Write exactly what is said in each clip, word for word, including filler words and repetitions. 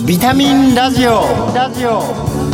ビタミンラジオ。ラジオ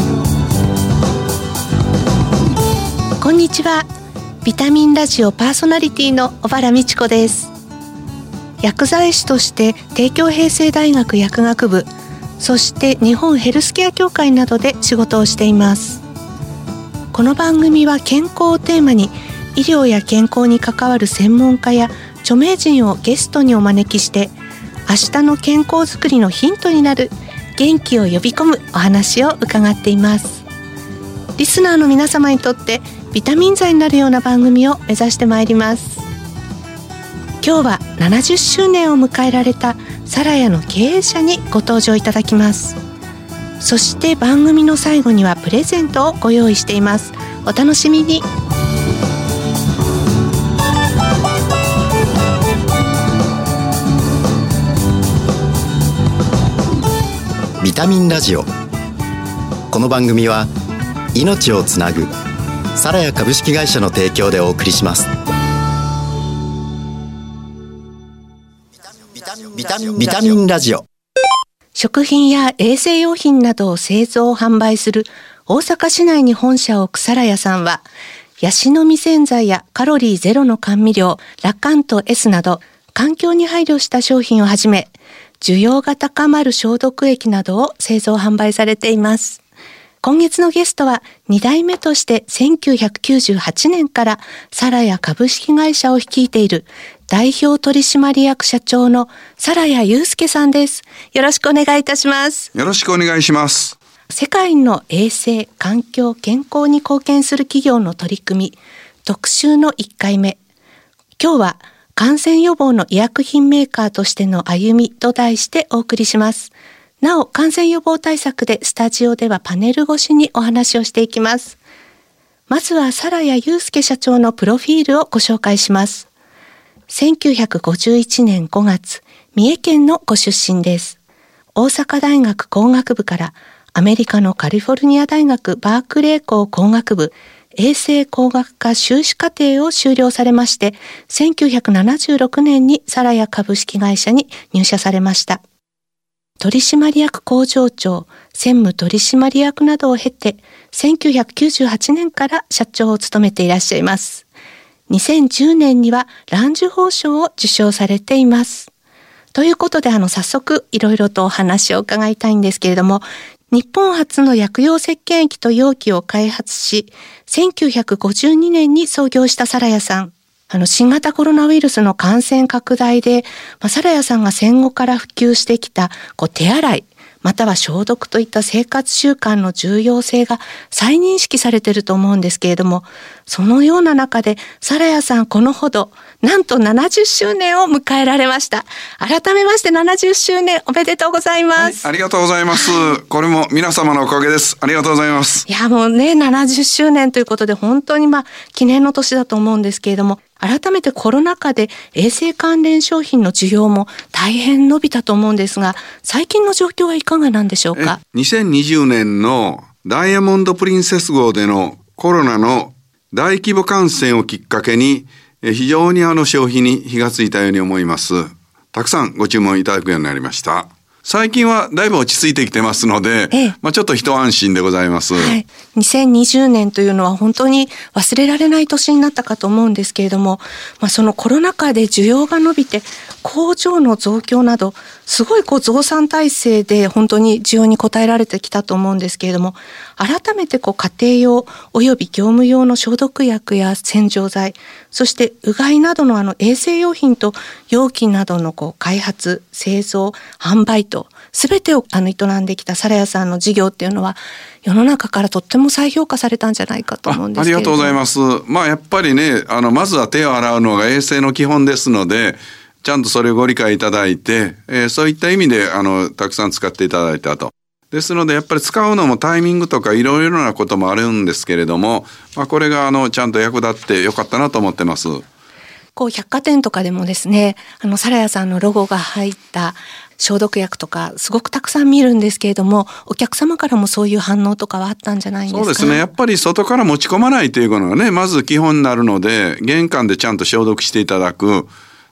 こんにちは。ビタミンラジオパーソナリティの小原美智子です。薬剤師として帝京平成大学薬学部、そして日本ヘルスケア協会などで仕事をしています。この番組は健康をテーマに、医療や健康に関わる専門家や著名人をゲストにお招きして、明日の健康づくりのヒントになる元気を呼び込むお話を伺っています。リスナーの皆様にとってビタミン剤になるような番組を目指してまいります。今日はななじゅっしゅうねんを迎えられたサラヤの経営者にご登場いただきます。そして番組の最後にはプレゼントをご用意しています。お楽しみに。 ビタミンラジオ。この番組は命をつなぐサラヤ株式会社の提供でお送りします。ビタミン、ビタミンラジオ。 食品や衛生用品などを製造販売する大阪市内に本社を置くサラヤさんは、ヤシの実洗剤やカロリーゼロの甘味料ラカント S など環境に配慮した商品をはじめ、需要が高まる消毒液などを製造販売されています。今月のゲストはに代目としてせんきゅうひゃくきゅうじゅうはちねんからサラヤ株式会社を率いている代表取締役社長のサラヤ祐介さんです。よろしくお願いいたします。 よろしくお願いします。 世界の衛生、環境、健康に貢献する企業の取り組み特集のいっかいめ。今日は感染予防の医薬品メーカーとしての歩みと題してお送りします。なお、感染予防対策でスタジオではパネル越しにお話をしていきます。まずはサラヤ祐介社長のプロフィールをご紹介します。せんきゅうひゃくごじゅういちねんごがつ、三重県のご出身です。大阪大学工学部からアメリカのカリフォルニア大学バークレー校工学部衛生工学科修士課程を修了されまして、せんきゅうひゃくななじゅうろくねんにサラヤ株式会社に入社されました。取締役工場長、専務取締役などを経て、せんきゅうひゃくきゅうじゅうはちねんから社長を務めていらっしゃいます。にせんじゅうねんにはランジュ褒章を受賞されています。ということで、あの早速いろいろとお話を伺いたいんですけれども、日本初の薬用石鹸液と容器を開発し、せんきゅうひゃくごじゅうにねんに創業したサラヤさん。あの新型コロナウイルスの感染拡大で、まあ、サラヤさんが戦後から普及してきたこう手洗い、または消毒といった生活習慣の重要性が再認識されていると思うんですけれども、そのような中でサラヤさんこのほどなんとななじゅっしゅうねんを迎えられました。改めましてななじゅっしゅうねんおめでとうございます。 はい、ありがとうございます。これも皆様のおかげです。ありがとうございます。 いやもうね、ななじゅっしゅうねんということで本当にまあ記念の年だと思うんですけれども、改めてコロナ禍で衛生関連商品の需要も大変伸びたと思うんですが、最近の状況はいかがなんでしょうか。 にせんにじゅうねんのダイヤモンドプリンセス号でのコロナの大規模感染をきっかけに非常にあの消費に火がついたように思います。たくさんご注文いただくようになりました。最近はだいぶ落ち着いてきてますので、ええ、まあ、ちょっと一安心でございます。 はい、にせんにじゅうねんというのは本当に忘れられない年になったかと思うんですけれども、まあ、そのコロナ禍で需要が伸びて工場の増強などすごいこう増産体制で本当に需要に応えられてきたと思うんですけれども、改めてこう家庭用および業務用の消毒薬や洗浄剤、そしてうがいなどのあの衛生用品と容器などのこう開発、製造、販売と全てをあの営んできたサラヤさんの事業っていうのは世の中からとっても再評価されたんじゃないかと思うんですけれども。 あ, ありがとうございます。まあやっぱりね、あのまずは手を洗うのが衛生の基本ですので、ちゃんとそれをご理解いただいて、えー、そういった意味であのたくさん使っていただいたと。ですのでやっぱり使うのもタイミングとかいろいろなこともあるんですけれども、まあ、これがあのちゃんと役立ってよかったなと思ってます。 こう百貨店とかでもですね、あのサラヤさんのロゴが入った消毒薬とかすごくたくさん見るんですけれども、お客様からもそういう反応とかはあったんじゃないんですか。 そうですね、やっぱり外から持ち込まないというのがね、まず基本になるので、玄関でちゃんと消毒していただく、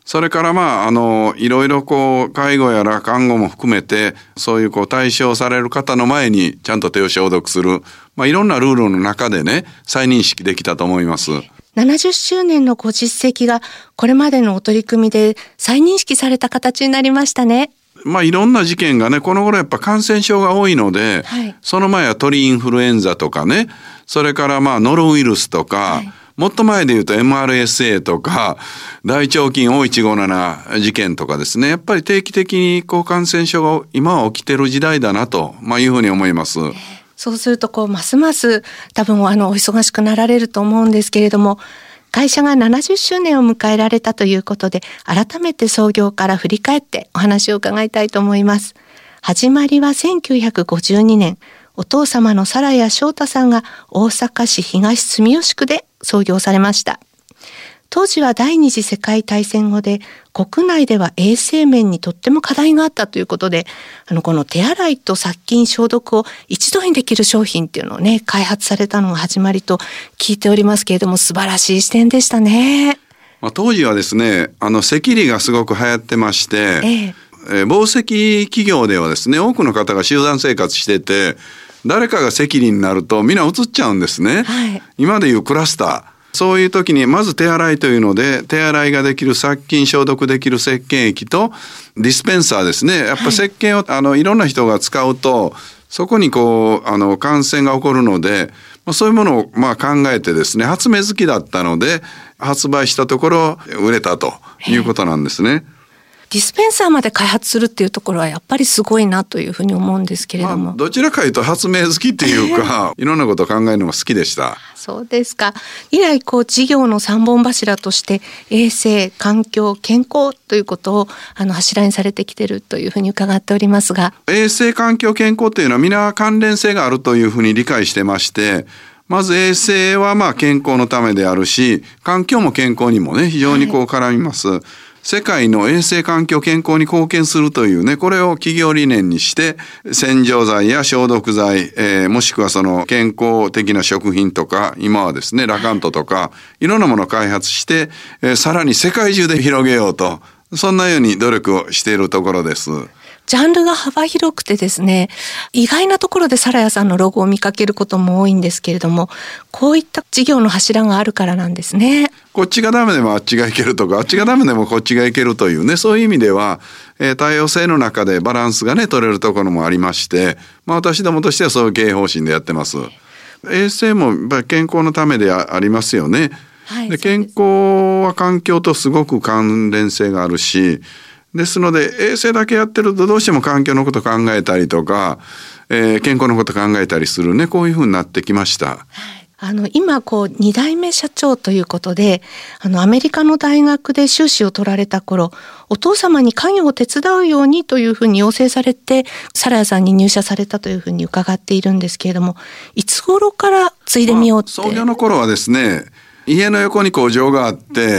それからまああのいろいろこう介護やら看護も含めてそういうこう対象される方の前にちゃんと手を消毒する、まあ、いろんなルールの中でね再認識できたと思います。 ななじゅっしゅうねんのご実績がこれまでのお取り組みで再認識された形になりましたね。 まあいろんな事件がねこの頃やっぱ感染症が多いので、はい、その前は鳥インフルエンザとかね、それからまあノロウイルスとか、はい、もっと前で言うと エムアールエスエー とか大腸菌おいちごなな事件とかですね、やっぱり定期的にこう感染症が今は起きてる時代だなと、まあ、いうふうに思います。 そうするとこうますます多分あのお忙しくなられると思うんですけれども、会社がななじゅっしゅうねんを迎えられたということで改めて創業から振り返ってお話を伺いたいと思います。始まりはせんきゅうひゃくごじゅうにねん、お父様の皿谷翔太さんが大阪市東住吉区で創業されました。当時は第二次世界大戦後で国内では衛生面にとっても課題があったということで、あのこの手洗いと殺菌消毒を一度にできる商品っていうのをね開発されたのが始まりと聞いておりますけれども、素晴らしい視点でしたね。 まあ、当時はですねあの赤痢がすごく流行ってまして、えええー、紡績企業ではですね多くの方が集団生活してて誰かが赤痢になるとみんな移っちゃうんですね、はい、今でいうクラスター、そういう時にまず手洗いというので手洗いができる殺菌消毒できる石鹸液とディスペンサーですね。やっぱ石鹸を、はい、あのいろんな人が使うとそこにこうあの感染が起こるので、そういうものをまあ考えてですね発明好きだったので発売したところ売れたということなんですね。 ディスペンサーまで開発するっていうところはやっぱりすごいなというふうに思うんですけれども、 まあ、どちらかというと発明好きっていうかいろんなことを考えるのが好きでした。 そうですか。以来こう事業の三本柱として衛生、環境、健康ということをあの柱にされてきているというふうに伺っておりますが、 衛生、環境、健康っていうのは皆関連性があるというふうに理解してまして、まず衛生はまあ健康のためであるし、環境も健康にもね非常にこう絡みます、はい。世界の衛生環境健康に貢献するというねこれを企業理念にして洗浄剤や消毒剤、えー、もしくはその健康的な食品とか今はですねラカントとかいろんなものを開発して、えー、さらに世界中で広げようと、そんなように努力をしているところです。 ジャンルが幅広くてですね、意外なところで皿谷さんのロゴを見かけることも多いんですけれども、こういった事業の柱があるからなんですね。 こっちがダメでもあっちがいけるとか、あっちがダメでもこっちがいけるというね、そういう意味では、えー、多様性の中でバランスがね取れるところもありまして、まあ、私どもとしてはそういう経営方針でやってます。衛生もやっぱり健康のためでありますよね、はい、で健康は環境とすごく関連性があるし、ですので衛生だけやってるとどうしても環境のこと考えたりとか、えー、健康のこと考えたりするね、こういうふうになってきました。はい、 あの今こうに代目社長ということで、あのアメリカの大学で修士を取られた頃、お父様に家業を手伝うようにというふうに要請されて皿谷さんに入社されたというふうに伺っているんですけれども、いつ頃から継いでみようって。 まあ、創業の頃はですね、家の横に工場があって、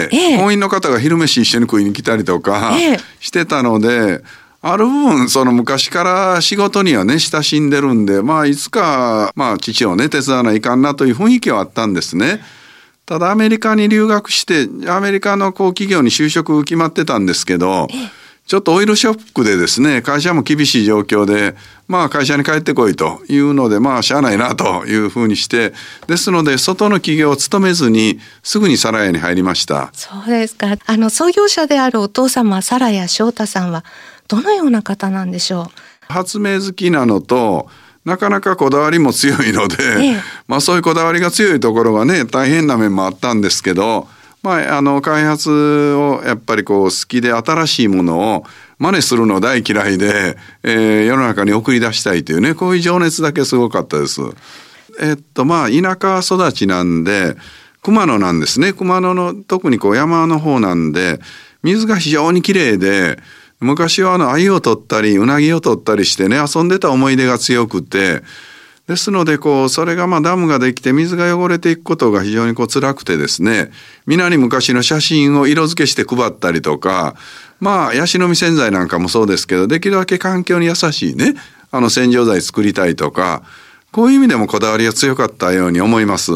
ええ、工員の方が昼飯一緒に食いに来たりとかしてたので、ええ、ある部分その昔から仕事にはね親しんでるんで、まあいつかまあ父をね手伝わないかんなという雰囲気はあったんですね。ただアメリカに留学してアメリカのこう企業に就職決まってたんですけど、ええ、ちょっとオイルショックでですね会社も厳しい状況で、まあ会社に帰ってこいというので、まあしゃあないなというふうにして、ですので外の企業を勤めずにすぐに皿屋に入りました。 そうですか。あの創業者であるお父様皿谷翔太さんはどのような方なんでしょう。発明好きなのとなかなかこだわりも強いので、ええ、まあそういうこだわりが強いところがね大変な面もあったんですけど、まあ、あの開発をやっぱりこう好きで新しいものを真似するの大嫌いで、えー、世の中に送り出したいというね、こういう情熱だけすごかったです。えっとまあ田舎育ちなんで熊野なんですね。熊野の特にこう山の方なんで水が非常にきれいで、昔はあの鮎を取ったりうなぎを取ったりしてね遊んでた思い出が強くて、ですのでこうそれがまあダムができて水が汚れていくことが非常にこう辛くてですね、皆に昔の写真を色付けして配ったりとか、まあヤシの実洗剤なんかもそうですけど、できるだけ環境に優しいねあの洗浄剤作りたいとか、こういう意味でもこだわりが強かったように思います。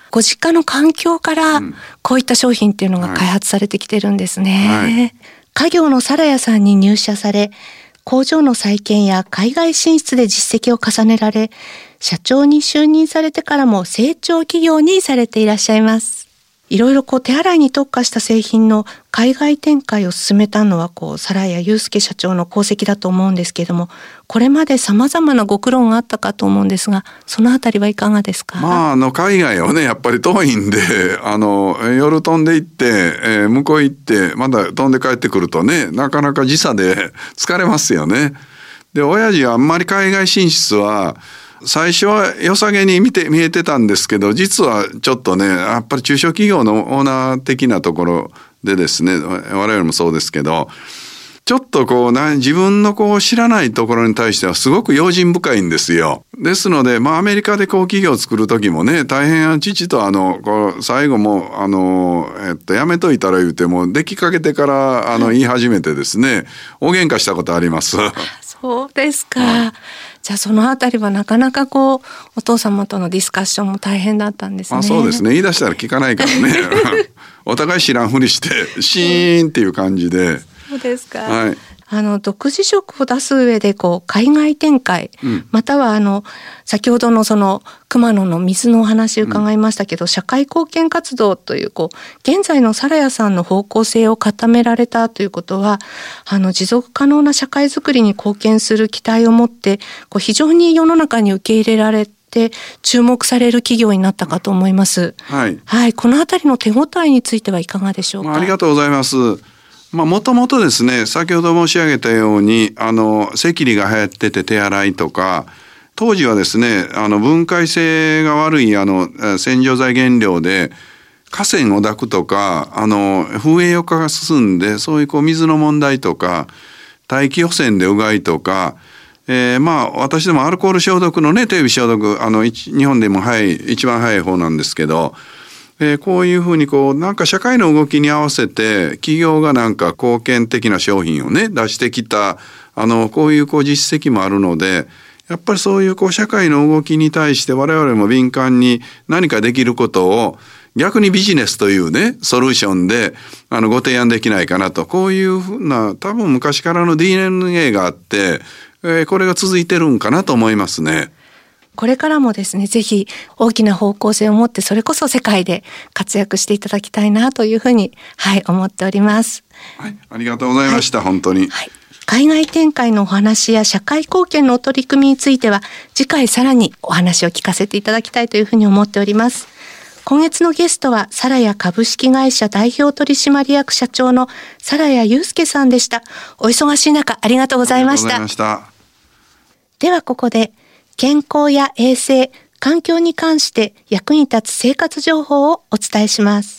ご実家の環境からこういった商品っていうのが開発されてきてるんですね、はいはい、家業のサラヤさんに入社され、工場の再建や海外進出で実績を重ねられ、社長に就任されてからも成長企業にされていらっしゃいます。いろいろこう手洗いに特化した製品の海外展開を進めたのはこうサラヤ祐介社長の功績だと思うんですけれども、これまで様々なご苦労があったかと思うんですが、そのあたりはいかがですか？ まあ、あの海外はねやっぱり遠いんで、あの夜飛んで行って、えー、向こう行ってまだ飛んで帰ってくるとね、なかなか時差で疲れますよね。で、親父はあんまり海外進出は最初は良さげに見て見えてたんですけど、実はちょっとねやっぱり中小企業のオーナー的なところでですね、我々もそうですけど、ちょっとこうな自分のこう知らないところに対してはすごく用心深いんですよ。ですので、まあアメリカでこう企業を作る時もね、大変父とあのこう最後もあのえっとやめといたら言うてもできかけてからあの言い始めてですね、大喧嘩したことあります。 そうですか、はい、じゃあそのあたりはなかなかこうお父様とのディスカッションも大変だったんですね。 あ、そうですね、言い出したら聞かないからねお互い知らんふりしてシーンっていう感じで。 そうですか、 はい、 あの独自色を出す上でこう海外展開、うん、またはあの先ほどのその熊野の水のお話伺いましたけど、うん、社会貢献活動というこう現在のサラヤさんの方向性を固められたということは、あの持続可能な社会づくりに貢献する期待を持ってこう非常に世の中に受け入れられて注目される企業になったかと思います。はい、はい、このあたりの手応えについてはいかがでしょうか？ ありがとうございます。まあ、もともとですね、先ほど申し上げたように、あの、赤痢が流行ってて手洗いとか、当時はですね、あの、分解性が悪い、あの、洗浄剤原料で、河川を抱くとか、あの、風営用化が進んで、そういうこう、水の問題とか、大気汚染でうがいとか、えー、まあ、私でもアルコール消毒のね、手指消毒、あの、日本でも早い、一番早い方なんですけど、えー、こういうふうにこうなんか社会の動きに合わせて企業がなんか貢献的な商品をね出してきた、あのこういうこう実績もあるので、やっぱりそういうこう社会の動きに対して我々も敏感に何かできることを逆にビジネスというねソリューションであのご提案できないかなと、こういうふうな多分昔からの ディーエヌエー があって、えー、これが続いてるんかなと思いますね。 これからもですね、ぜひ大きな方向性を持ってそれこそ世界で活躍していただきたいなというふうに、はい、思っております。 はい、ありがとうございました、はい、本当に、 はい。海外展開のお話や社会貢献の取り組みについては次回さらにお話を聞かせていただきたいというふうに思っております。今月のゲストはサラヤ株式会社代表取締役社長のサラヤ祐介さんでした。お忙しい中ありがとうございました。 ありがとうございました。 ではここで健康や衛生、環境に関して役に立つ生活情報をお伝えします。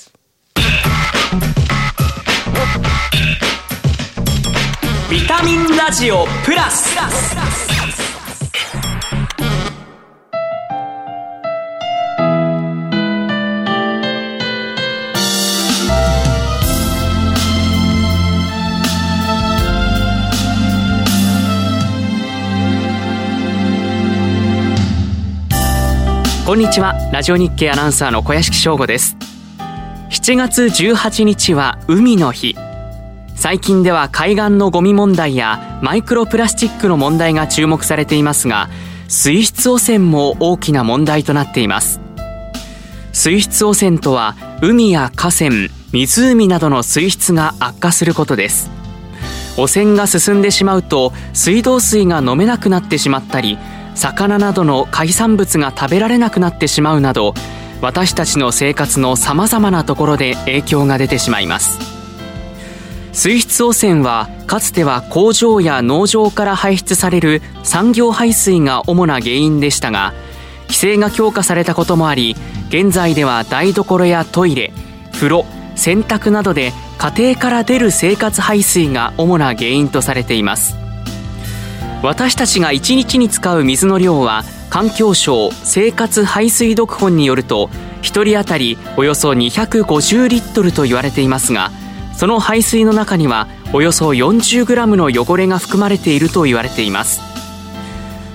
ビタミンラジオプラス。こんにちは、ラジオ日経アナウンサーの小屋敷翔吾です。しちがつじゅうはちにちは海の日。最近では海岸のゴミ問題やマイクロプラスチックの問題が注目されていますが、水質汚染も大きな問題となっています。水質汚染とは海や河川、湖などの水質が悪化することです。汚染が進んでしまうと水道水が飲めなくなってしまったり、魚などの海産物が食べられなくなってしまうなど、私たちの生活のさまざまなところで影響が出てしまいます。水質汚染はかつては工場や農場から排出される産業排水が主な原因でしたが、規制が強化されたこともあり、現在では台所やトイレ、風呂、洗濯などで家庭から出る生活排水が主な原因とされています。私たちがいちにちに使う水の量は環境省生活排水読本によるとひとり当たりおよそにひゃくごじゅうリットルと言われていますが、その排水の中にはおよそよんじゅうグラムの汚れが含まれていると言われています。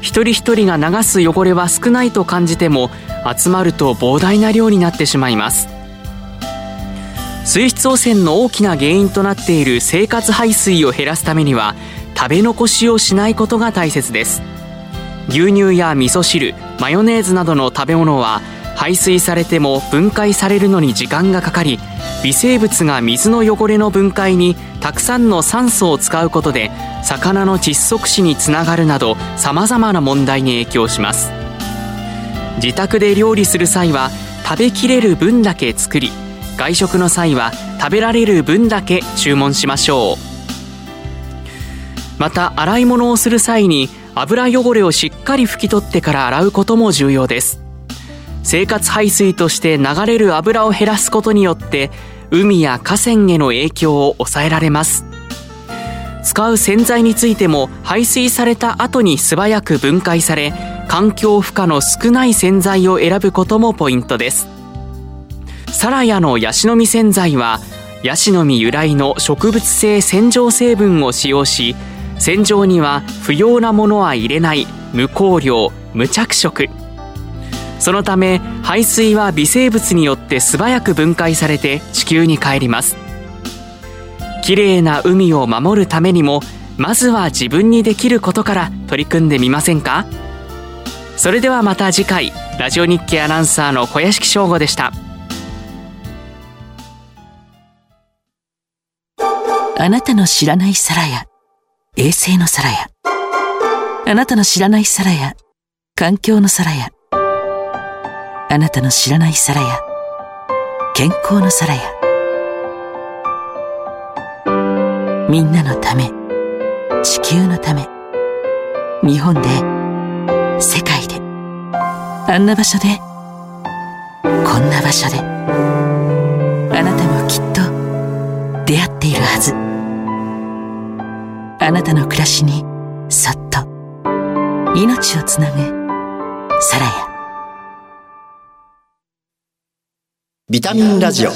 一人一人が流す汚れは少ないと感じても、集まると膨大な量になってしまいます。水質汚染の大きな原因となっている生活排水を減らすためには、食べ残しをしないことが大切です。牛乳や味噌汁、マヨネーズなどの食べ物は排水されても分解されるのに時間がかかり、微生物が水の汚れの分解にたくさんの酸素を使うことで魚の窒息死につながるなど、さまざまな問題に影響します。自宅で料理する際は食べきれる分だけ作り、外食の際は食べられる分だけ注文しましょう。また洗い物をする際に油汚れをしっかり拭き取ってから洗うことも重要です。生活排水として流れる油を減らすことによって海や河川への影響を抑えられます。使う洗剤についても排水された後に素早く分解され、環境負荷の少ない洗剤を選ぶこともポイントです。サラヤのヤシの実洗剤はヤシの実由来の植物性洗浄成分を使用し、洗浄には不要なものは入れない無香料、無着色。そのため排水は微生物によって素早く分解されて地球に帰ります。きれいな海を守るためにも、まずは自分にできることから取り組んでみませんか。それではまた次回。ラジオ日経アナウンサーの小屋敷翔吾でした。 あなたの知らないサラヤ、衛星のサラヤ。あなたの知らないサラヤ、環境のサラヤ。あなたの知らないサラヤ、健康のサラヤ。みんなのため、地球のため、日本で、世界で、あんな場所で、こんな場所で、あなたもきっと出会っているはず。あなたの暮らしにそっと命をつなぐサラヤ。 ビタミンラジオ。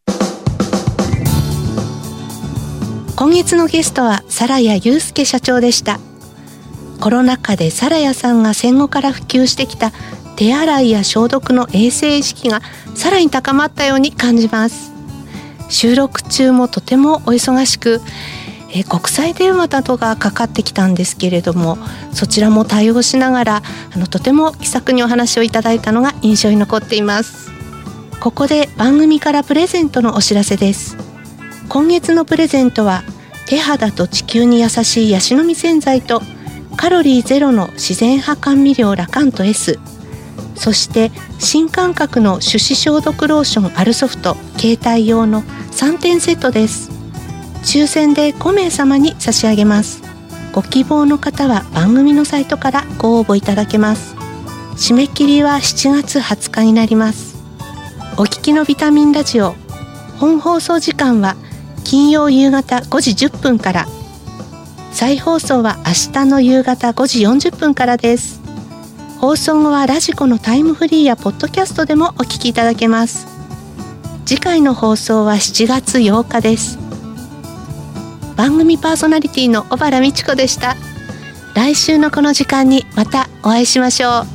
今月のゲストはサラヤ祐介社長でした。コロナ禍でサラヤさんが戦後から普及してきた手洗いや消毒の衛生意識がさらに高まったように感じます。収録中もとてもお忙しく、え国際電話などがかかってきたんですけれども、そちらも対応しながらあのとても気さくにお話をいただいたのが印象に残っています。ここで番組からプレゼントのお知らせです。今月のプレゼントは手肌と地球に優しいヤシの実洗剤とカロリーゼロの自然派甘味料ラカント S、 そして新感覚の手指消毒ローションアルソフト携帯用のさんてんセットです。抽選でごめいさまに差し上げます。ご希望の方は番組のサイトからご応募いただけます。締め切りはしちがつはつかになります。お聞きのビタミンラジオ、本放送時間は金曜夕方ごじじゅっぷんから、再放送は明日の夕方ごじよんじゅっぷんからです。放送後はラジコのタイムフリーやポッドキャストでもお聞きいただけます。次回の放送はしちがつようかです。番組パーソナリティの小原美智子でした。来週のこの時間にまたお会いしましょう。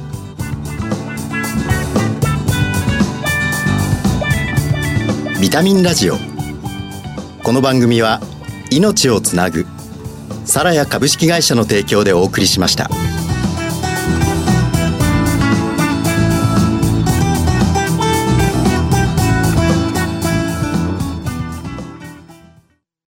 ビタミンラジオ。この番組は命をつなぐサラヤ株式会社の提供でお送りしました。